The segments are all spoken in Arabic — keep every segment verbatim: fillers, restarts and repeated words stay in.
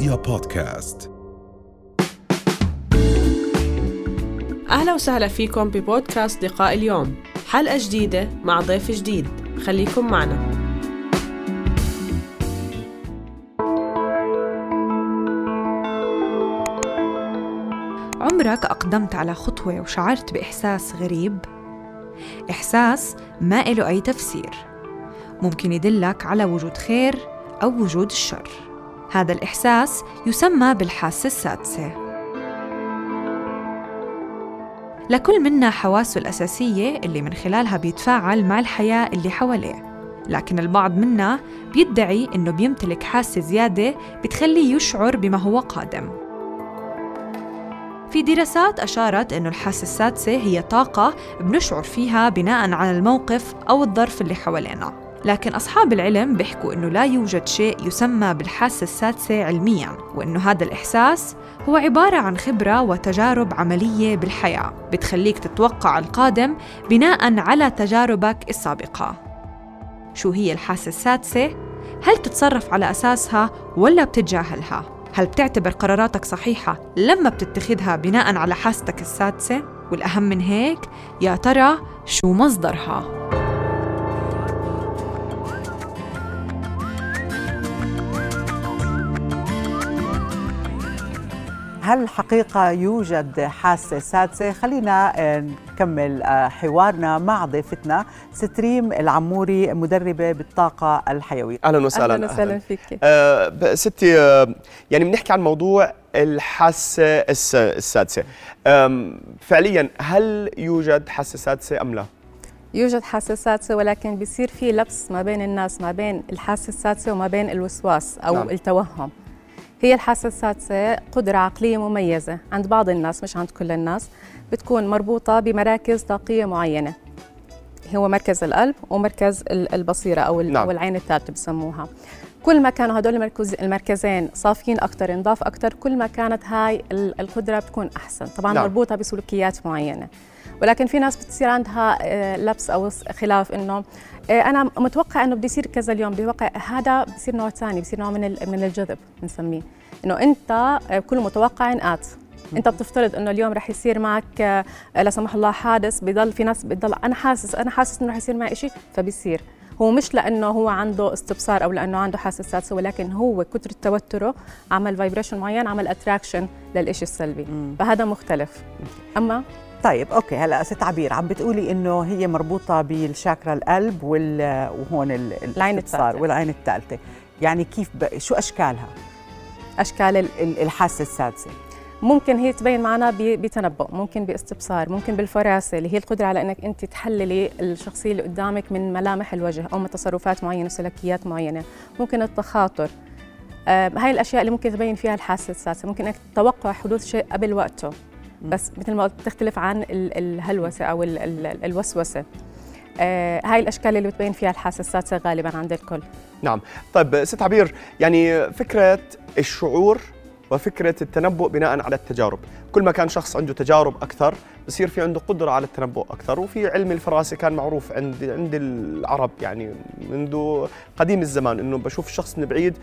رؤيا بودكاست. أهلا وسهلا فيكم ببودكاست لقاء اليوم، حلقة جديدة مع ضيف جديد، خليكم معنا. عمرك أقدمت على خطوة وشعرت بإحساس غريب؟ إحساس ما إله أي تفسير، ممكن يدلك على وجود خير أو وجود الشر. هذا الإحساس يسمى بالحاسة السادسة. لكل منا حواسه الأساسية اللي من خلالها بيتفاعل مع الحياة اللي حواليه، لكن البعض منا بيدعي إنه بيمتلك حاسة زيادة بتخليه يشعر بما هو قادم. في دراسات أشارت إنه الحاسة السادسة هي طاقة بنشعر فيها بناء على الموقف أو الظرف اللي حوالينا، لكن أصحاب العلم بيحكوا إنه لا يوجد شيء يسمى بالحاسة السادسة علمياً، وإنه هذا الإحساس هو عبارة عن خبرة وتجارب عملية بالحياة بتخليك تتوقع القادم بناء على تجاربك السابقة. شو هي الحاسة السادسة؟ هل تتصرف على أساسها ولا بتتجاهلها؟ هل بتعتبر قراراتك صحيحة لما بتتخذها بناء على حاستك السادسة؟ والأهم من هيك، يا ترى شو مصدرها؟ هل الحقيقة يوجد حاسة سادسة؟ خلينا نكمل حوارنا مع ضيفتنا ست ريم العموري، مدربة بالطاقة الحيوية. أهلا وسهلا. أهلا وسهلا فيك. أه ستي، أه يعني بنحكي عن موضوع الحاسة السادسة. فعليا هل يوجد حاسة سادسة أم لا؟ يوجد حاسة سادسة، ولكن بيصير في لبس ما بين الناس ما بين الحاسة السادسة وما بين الوسواس أو نعم. التوهم. هي الحاسة السادسة قدرة عقلية مميزة عند بعض الناس، مش عند كل الناس، بتكون مربوطة بمراكز طاقية معينة، هو مركز القلب ومركز البصيرة أو نعم. أو العين الثالثة بسموها. كل ما كانوا هدول المركزين صافيين أكتر، انضاف أكتر، كل ما كانت هاي القدرة بتكون أحسن. طبعاً نعم. مربوطة بسلوكيات معينة، ولكن في ناس بتصير عندها لبس أو خلاف، إنه أنا متوقع إنه بدي يصير كذا اليوم، بدي أتوقع هذا بصير نوع ثاني، بصير نوع من من الجذب بنسميه، إنه أنت كل متوقع آت. أنت بتفترض إنه اليوم رح يصير معك لا سمح الله حادث، بيضل في ناس بتضل أنا حاسس أنا حاسس إنه رح يصير معي إشي، فبيصير. هو مش لأنه هو عنده استبصار أو لأنه عنده حاسة سادسة، ولكن هو كتر توتره عمل فايبريشن معين، عمل أتراكشن للإشي السلبي، مم. فهذا مختلف. أما طيب اوكي، هلا ست عبير عم بتقولي انه هي مربوطه بالشاكرا القلب وال وهون العين الثالثه والعين الثالثه، يعني كيف ب... شو اشكالها؟ اشكال ال... الحاسه السادسه ممكن هي تبين معنا بتنبؤ، ممكن باستبصار، ممكن بالفراسه اللي هي القدره على انك انت تحللي الشخصيه اللي قدامك من ملامح الوجه او من تصرفات معينه، سلوكيات معينه، ممكن التخاطر. آه هاي الاشياء اللي ممكن تبين فيها الحاسه السادسه. ممكن انك تتوقع حدوث شيء قبل وقته، بس مثل ما قلت تختلف عن الهلوسة أو الوسوسة. آه هاي الأشكال اللي بتبين فيها الحاسة السادسة غالباً عند الكل. نعم. طيب ست عبير، يعني فكرة الشعور وفكرة التنبؤ بناء على التجارب، كل ما كان شخص عنده تجارب أكثر بصير في عنده قدرة على التنبؤ أكثر. وفي علم الفراسة كان معروف عند عند العرب يعني منذ قديم الزمان، إنه بشوف الشخص من بعيد،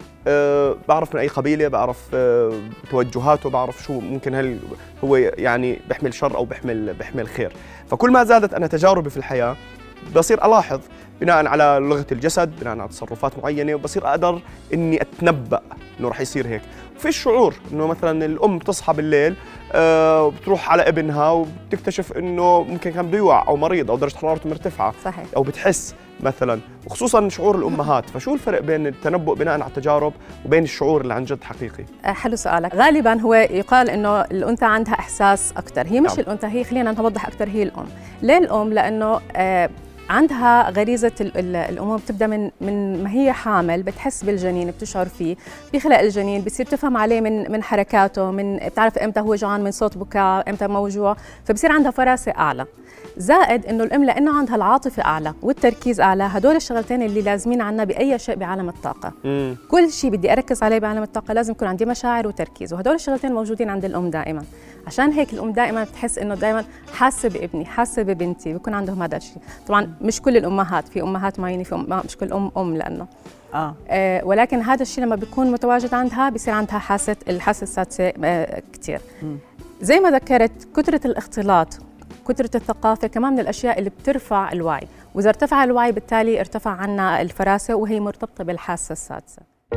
أه بعرف من أي قبيلة، بعرف أه توجهاته، بعرف شو ممكن، هل هو يعني بيحمل شر أو بيحمل بيحمل خير. فكل ما زادت أنا تجاربي في الحياة بصير ألاحظ بناء على لغة الجسد، بناء على تصرفات معينة، وبصير أقدر إني أتنبأ إنه رح يصير هيك. وفي الشعور إنه مثلا الأم تصحى بالليل أه بتروح على ابنها وبتكتشف إنه ممكن كان بده يوعى أو مريض أو درجة حرارته مرتفعة، صحيح. أو بتحس مثلا، وخصوصا شعور الأمهات. فشو الفرق بين التنبؤ بناء على التجارب وبين الشعور اللي عن جد حقيقي؟ حلو سؤالك. غالبا هو يقال إنه الأنثى عندها إحساس أكثر، هي مش نعم. الأنثى، هي خلينا نوضح أكثر، هي الأم. ليه الأم؟ لأنه آه عندها غريزة الأمومة، بتبدأ من من ما هي حامل، بتحس بالجنين، بتشعر فيه بخلق الجنين، بتصير تفهم عليه من من حركاته، من بتعرف إمتى هو جوعان، من صوت بكاء، إمتى موجوع، فبصير عندها فراسة أعلى. زائد إنه الأم لأنه عندها العاطفة أعلى والتركيز أعلى، هدول الشغلتين اللي لازمين عنا بأي شيء بعالم الطاقة. مم. كل شيء بدي أركز عليه بعالم الطاقة لازم يكون عندي مشاعر وتركيز، وهدول الشغلتين موجودين عند الأم دائما. عشان هيك الام دائما بتحس انه دائما حاسه بابني، حاسه ببنتي، بيكون عندهم هذا الشيء. طبعا مش كل الامهات، في امهات معينه، في أم... مش كل ام ام لانه آه. آه ولكن هذا الشيء لما بيكون متواجد عندها بيصير عندها حاسه الحاسه السادسه آه كثير. زي ما ذكرت كثره الاختلاط، كثره الثقافه كمان من الاشياء اللي بترفع الوعي، واذا ارتفع الوعي بالتالي ارتفع عنا الفراسه وهي مرتبطه بالحاسه السادسه.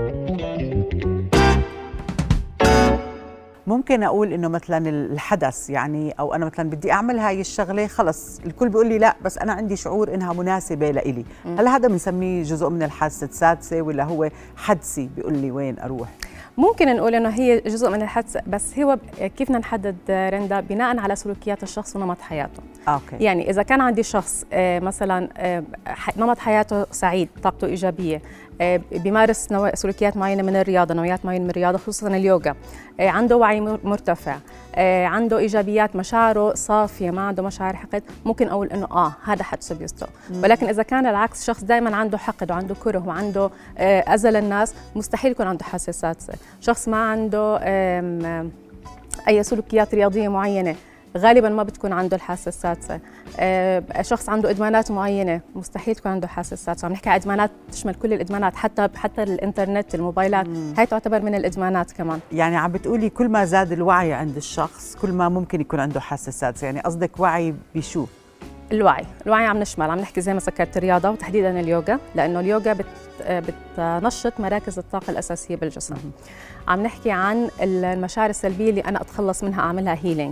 ممكن اقول انه مثلا الحدث يعني او انا مثلا بدي اعمل هاي الشغله خلص الكل بيقول لي لا بس انا عندي شعور انها مناسبه لإلي، هل هذا بنسميه جزء من الحاسه السادسه ولا هو حدسي بيقول لي وين اروح؟ ممكن نقول انه هي جزء من الحدس، بس هو كيف بدنا نحدد رندا؟ بناء على سلوكيات الشخص ونمط حياته. أوكي. يعني اذا كان عندي شخص مثلا نمط حياته سعيد، طاقته ايجابيه، بيمارس سلوكيات معينه من الرياضه، نوعيات معينه من الرياضه خصوصا اليوغا، عنده وعي مرتفع، عنده ايجابيات، مشاعره صافيه، ما عنده مشاعر حقد، ممكن اقول انه اه هذا حدس بيصدق. ولكن اذا كان العكس، شخص دائما عنده حقد وعنده كره وعنده اذى للناس، مستحيل يكون عنده حاسه سادسه. شخص ما عنده اي سلوكيات رياضيه معينه غالبا ما بتكون عنده الحاسه السادسه. أه شخص عنده ادمانات معينه مستحيل تكون عنده حاسه السادسه. عم نحكي عن ادمانات تشمل كل الادمانات، حتى حتى الانترنت، الموبايلات، مم. هاي تعتبر من الادمانات كمان. يعني عم بتقولي كل ما زاد الوعي عند الشخص كل ما ممكن يكون عنده حاسه سادسه، يعني قصدك وعي بشو؟ الوعي، الوعي عم نشمل، عم نحكي زي ما ذكرت الرياضه وتحديدا اليوغا، لانه اليوغا بت بتنشط مراكز الطاقه الاساسيه بالجسم. مم. عم نحكي عن المشاعر السلبيه اللي انا اتخلص منها، اعملها هيلينج.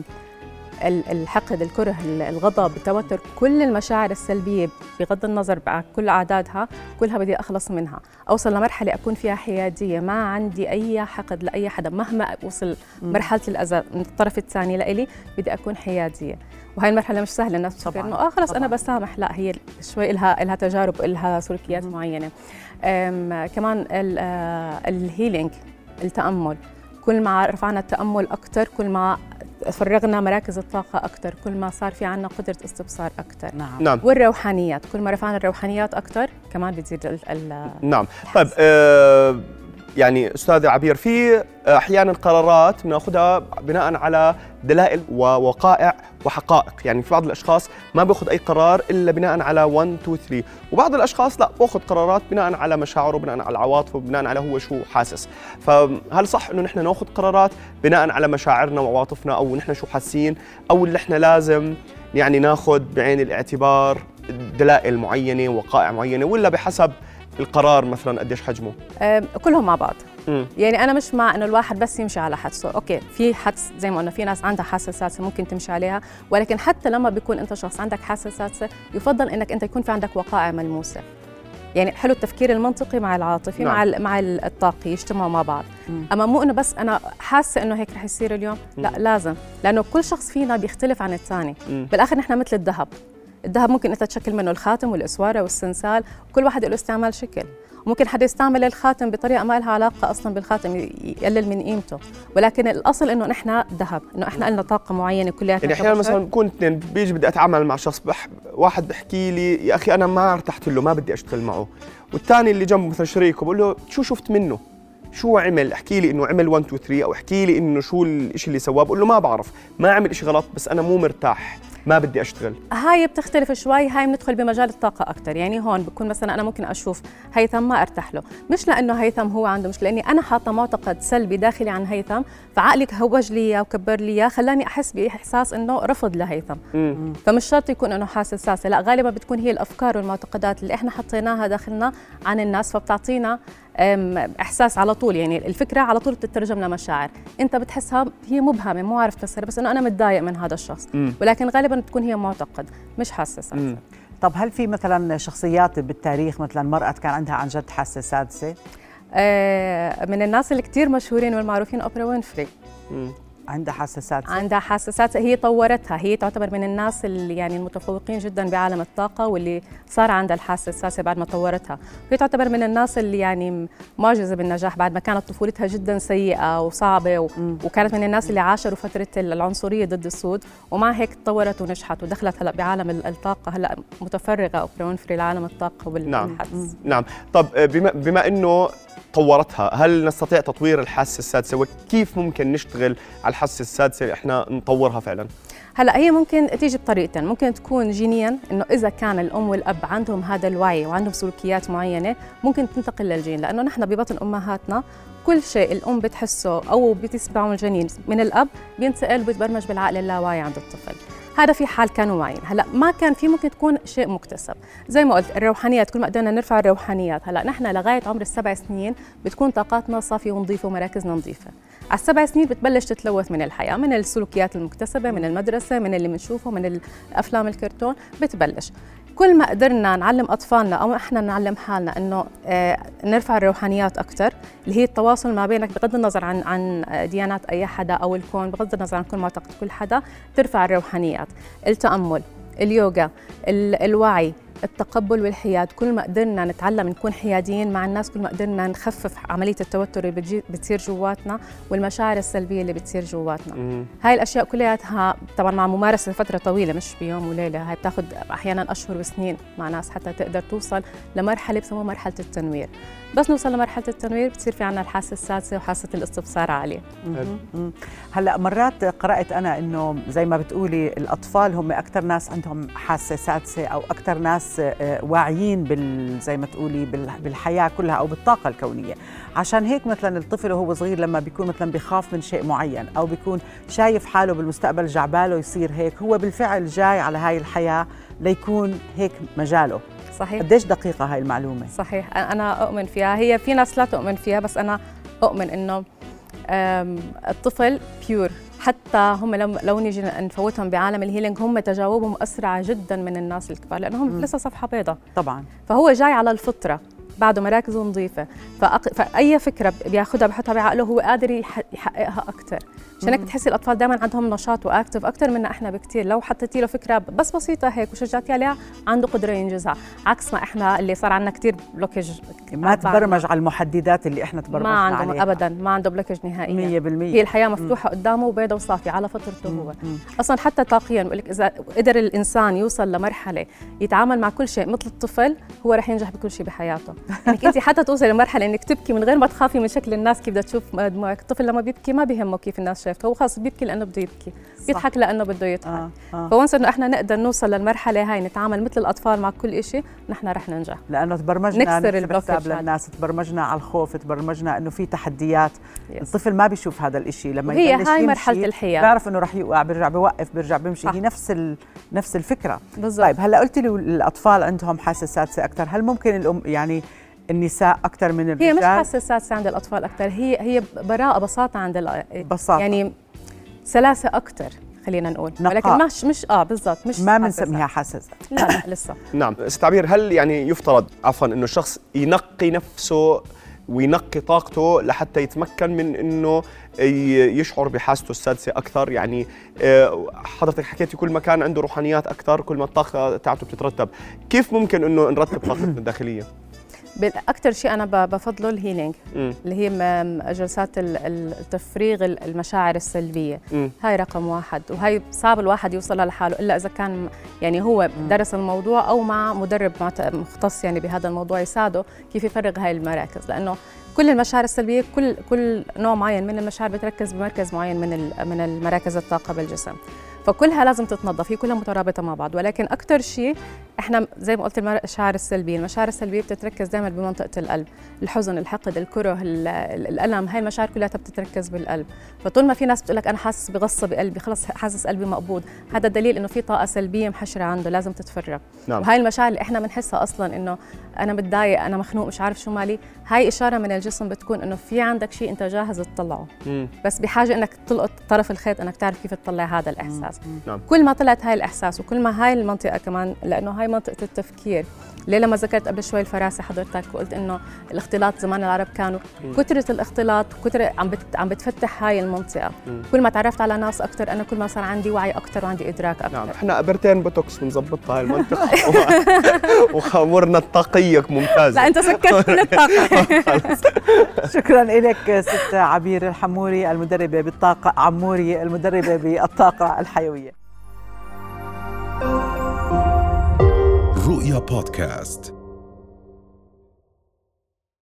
الحقد، الكره، الغضب، التوتر، كل المشاعر السلبيه بغض النظر بقى كل اعدادها، كلها بدي اخلص منها، اوصل لمرحله اكون فيها حياديه، ما عندي اي حقد لاي حدا مهما وصل مرحله الاذى من الطرف الثاني لإلي، بدي اكون حياديه. وهي المرحله مش سهله، الناس بتفكر انه اه خلص انا بسامح، لا، هي شوي لها لها تجارب، لها سلوكيات معينه. كمان الهيلينج، التامل، كل ما رفعنا التامل اكثر، كل ما فرغنا مراكز الطاقة أكثر، كل ما صار في عنا قدرة استبصار أكثر. نعم. نعم. والروحانيات، كل ما رفعنا الروحانيات أكثر كمان بتزيد ال ال نعم. طيب آه يعني أستاذة عبير، في أحيانا قرارات بناخذها بناء على دلائل ووقائع وحقائق، يعني في بعض الأشخاص ما بياخذ أي قرار إلا بناء على واحد اثنين ثلاثة، وبعض الأشخاص لا، بأخذ قرارات بناء على مشاعره، بناء على عواطفه، بناء على هو شو حاسس. فهل صح إنه نحن ناخذ قرارات بناء على مشاعرنا وعواطفنا، أو نحن شو حاسين، أو اللي إحنا لازم يعني ناخذ بعين الاعتبار دلائل معينة ووقائع معينة، ولا بحسب القرار مثلا قديش حجمه؟ كلهم مع بعض. م. يعني انا مش مع انه الواحد بس يمشي على حدسه، اوكي في حدس زي ما قلنا، في ناس عندها حاسه سادسه ممكن تمشي عليها، ولكن حتى لما بيكون انت شخص عندك حاسه سادسه يفضل انك انت يكون في عندك وقائع ملموسه. يعني حلو التفكير المنطقي مع العاطفي، نعم. مع مع الطاقي يجتمعوا مع بعض. م. اما مو انه بس انا حاسه انه هيك رح يصير اليوم، م. لا، لازم، لانه كل شخص فينا بيختلف عن الثاني. بالاخر نحن مثل الذهب، الذهب ممكن انت تشكل منه الخاتم والاسواره والسنسال، وكل واحد له استعمال شكل. ممكن حدا يستعمل الخاتم بطريقه ما لها علاقه اصلا بالخاتم، يقلل من قيمته، ولكن الاصل انه نحن ذهب، انه احنا لنا طاقه معينه كلياتنا. يعني احيانا مثلا بكون اثنين، بيجي بدي اتعامل مع شخص، بح واحد بحكي لي يا اخي انا ما ارتحت له، ما بدي اشتغل معه، والثاني اللي جنبه مثلا شريكه بقول له شو شفت منه؟ شو عمل؟ احكي لي انه عمل واحد اثنين ثلاثة، او احكي لي انه شو الشيء اللي سواه، بقول له ما بعرف، ما عمل شيء غلط، بس انا مو مرتاح، ما بدي اشتغل. هاي بتختلف شوي، هاي بندخل بمجال الطاقه اكثر. يعني هون بكون مثلا انا ممكن اشوف هيثم ما ارتاح له، مش لانه هيثم هو عنده مشكله، لاني انا حاطه معتقد سلبي داخلي عن هيثم، فعقلي هوج لي اياه وكبر لي اياه، خلاني احس باحساس انه رفض لهيثم. مم. فمش شرط يكون انه حاسس ساسه، لا، غالبا بتكون هي الافكار والمعتقدات اللي احنا حطيناها داخلنا عن الناس، فبتعطينا احساس على طول. يعني الفكره على طول بتترجم لمشاعر انت بتحسها هي مبهمه، مو عارف تفسرها، بس انه انا متضايق من هذا الشخص، م. ولكن غالبا بتكون هي معتقد مش حاسه سادسه. طب هل في مثلا شخصيات بالتاريخ مثلا مرأة كان عندها عن جد حاسه سادسه؟ آه من الناس اللي كثير مشهورين والمعروفين اوبرا وينفري. م. عندها حاسه سادسه؟ عندها حاسه سادسه، هي طورتها، هي تعتبر من الناس اللي يعني المتفوقين جدا بعالم الطاقه، واللي صار عندها الحاسه السادسه بعد ما طورتها. هي تعتبر من الناس اللي يعني معجزه بالنجاح بعد ما كانت طفولتها جدا سيئه وصعبه، و... وكانت من الناس اللي عاشروا فتره العنصريه ضد السود، ومع هيك تطورت ونجحت ودخلت هلا بعالم الطاقه، هلا متفرغه اوبرا وينفري لعالم الطاقه والحدس. نعم. نعم. طب بما بما انه طورتها؟ هل نستطيع تطوير الحاسة السادسة وكيف ممكن نشتغل على الحاسة السادسة احنا نطورها فعلا؟ هلا هي ممكن تيجي بطريقتين، ممكن تكون جينيا انه اذا كان الام والاب عندهم هذا الوعي وعندهم سلوكيات معينه ممكن تنتقل للجين، لانه نحن ببطن امهاتنا كل شيء الام بتحسه او بتسمعه الجنين من الاب بينتقل وبيتبرمج بالعقل اللاواعي عند الطفل. هذا في حال كانوا واعيين. هلا ما كان في ممكن تكون شيء مكتسب، زي ما قلت الروحانيات كل ما قدرنا نرفع الروحانيات. هلا نحن لغايه عمر السبع سنين بتكون طاقاتنا صافيه ونظيفه ومراكزنا نظيفه. على السبع سنين بتبلش تتلوث من الحياه، من السلوكيات المكتسبه، من المدرسه، من اللي بنشوفه، من الافلام الكرتون بتبلش. كل ما قدرنا نعلم اطفالنا او احنا نعلم حالنا انه آه نرفع الروحانيات اكثر، اللي هي التواصل ما بينك بغض النظر عن عن ديانات اي حدا او الكون، بغض النظر عن كل معتقد كل حدا، ترفع الروحانيات، التامل، اليوغا، الوعي، التقبل والحياد. كل ما قدرنا نتعلم نكون حياديين مع الناس، كل ما قدرنا نخفف عمليه التوتر اللي بتصير جواتنا والمشاعر السلبيه اللي بتصير جواتنا. مم. هاي الاشياء كلياتها طبعا مع ممارسه فتره طويله، مش بيوم وليله، هاي بتاخذ احيانا اشهر وسنين مع ناس حتى تقدر توصل لمرحله بسموها مرحله التنوير. بس نوصل لمرحله التنوير بتصير في عنا الحاسه السادسه وحاسه الاستبصار عاليه. هلا مرات قرات انا انه زي ما بتقولي الاطفال هم اكثر ناس عندهم حاسه سادسه او اكثر ناس واعيين بال زي ما تقولي بالحياه كلها او بالطاقه الكونيه. عشان هيك مثلا الطفل وهو صغير لما بيكون مثلا بيخاف من شيء معين او بيكون شايف حاله بالمستقبل جعباله يصير هيك، هو بالفعل جاي على هاي الحياه ليكون هيك مجاله. صحيح. قديش دقيقه هاي المعلومه؟ صحيح، انا اؤمن فيها. هي في ناس لا تؤمن فيها، بس انا اؤمن انه الطفل بيور. حتى هم لو لو نيجي نفوتهم بعالم الهيلينج هم تجاوبهم اسرع جدا من الناس الكبار، لانهم لسه صفحه بيضاء طبعا. فهو جاي على الفطره، بعده مراكزه نظيفه، فأق... فاي فكره بياخذها بحطها بعقله هو قادر يحققها اكثر. عشان هيك تحسي الاطفال دائما عندهم نشاط واكتف اكثر منا احنا بكثير. لو حطيتي له فكره بس بسيطه هيك وشجعتي عليها عنده قدره ينجزها، عكس ما احنا اللي صار عندنا كثير بلوكج. ما تبرمج على المحددات اللي احنا تبرمجنا عليها، ما عنده عليها. ابدا ما عنده بلوكج نهائيا مية بالمية. هي الحياه مفتوحه مم. قدامه وبيضه وصافيه على فطرته هو. مم. اصلا حتى طاقيا بقول لك اذا قدر الانسان يوصل لمرحله يتعامل مع كل شيء مثل الطفل، هو رح ينجح بكل شيء بحياته. انك انت حتى توصلي لمرحله انك تبكي من غير ما تخافي من شكل الناس كيف بدها تشوف دموعك. الطفل لما بيبكي ما بيهمه كيف الناس شايفته، هو خلص بيبكي لانه بده يبكي، بيضحك لانه بده يضحك. آه. آه. فونس انه احنا نقدر نوصل للمرحله هاي نتعامل مثل الاطفال مع كل شيء، نحن رح ننجح. لانه تبرمجنا نكسر البلوكج للناس، تبرمجنا على الخوف، تبرمجنا انه في تحديات. يس. الطفل ما بيشوف هذا الشيء، لما هي هاي مرحله الحياه بيعرف انه رح يوقع، بيرجع بيوقف، بيرجع بيمشي. هي نفس ال... نفس الفكره بالضبط. طيب هلا قلتي لي الاطفال عندهم حاسه سادسه اكثر، هل ممكن الام يعني النساء اكثر من الرجال؟ هي مش حاسه سادسه عند الاطفال اكثر، هي هي براءه بساطه عند ال... بساطه يعني سلاسه اكثر خلينا نقول، نقاء. ولكن مش مش اه بالضبط مش ما بنسميها حاسه. لا لا لسه. نعم ست عبير، هل يعني يفترض عفوا انه الشخص ينقي نفسه وينقي طاقته لحتى يتمكن من انه يشعر بحاسته السادسه اكثر؟ يعني حضرتك حكيتي كل ما كان عنده روحانيات اكثر كل ما الطاقه تاعته بتترتب، كيف ممكن انه نرتب طاقتنا الداخليه؟ أكثر شيء أنا بفضله الهيلينج، اللي هي جلسات التفريغ المشاعر السلبية. م. هاي رقم واحد، وهي صعب الواحد يوصلها لحاله إلا إذا كان يعني هو درس الموضوع أو مع مدرب مختص يعني بهذا الموضوع يساعده كيف يفرغ هاي المراكز، لأنه كل المشاعر السلبية كل كل نوع معين من المشاعر بتركز بمركز معين من من المراكز الطاقة بالجسم، فكلها لازم تتنظف، هي كلها مترابطه مع بعض. ولكن اكثر شيء احنا زي ما قلت المشاعر السلبيه، المشاعر السلبيه بتتركز دائما بمنطقه القلب، الحزن، الحقد، الكره، الالم، هاي المشاعر كلها بتتركز بالقلب. فطول ما في ناس بتقول لك انا حاسس بغصه بقلبي، خلص حاسس قلبي مقبوض، هذا دليل انه في طاقه سلبيه محشره عنده لازم تتفرغ. نعم. وهاي المشاعر اللي احنا بنحسها اصلا انه انا متضايق، انا مخنوق، مش عارف شو مالي، هاي اشاره من الجسم بتكون انه في عندك شيء انت جاهز تطلعه، مم. بس بحاجه انك تلقط طرف الخيط، انك تعرف كيف تطلع هذا الاحساس. مم. كل ما طلعت هاي الإحساس وكل ما هاي المنطقة كمان، لأنه هاي منطقة التفكير. ليه لما ذكرت قبل شوي الفراسة حضرتك وقلت إنه الاختلاط زمان العرب كانوا كثرة الاختلاط كثرة عم بت عم بتفتح هاي المنطقة. مم. كل ما تعرفت على ناس أكثر أنا كل ما صار عندي وعي أكثر وعندي إدراك أكثر. نعم، إحنا أبرتين بوتوكس بنظبطها هاي المنطقة وخمرنا الطاقية ممتازة. لا أنت سكرت كل الطاقة. شكرا لك ست عبير الحموري المدربة بالطاقة، عموري المدربة بالطاقة الحيوية. رؤيا بودكاست.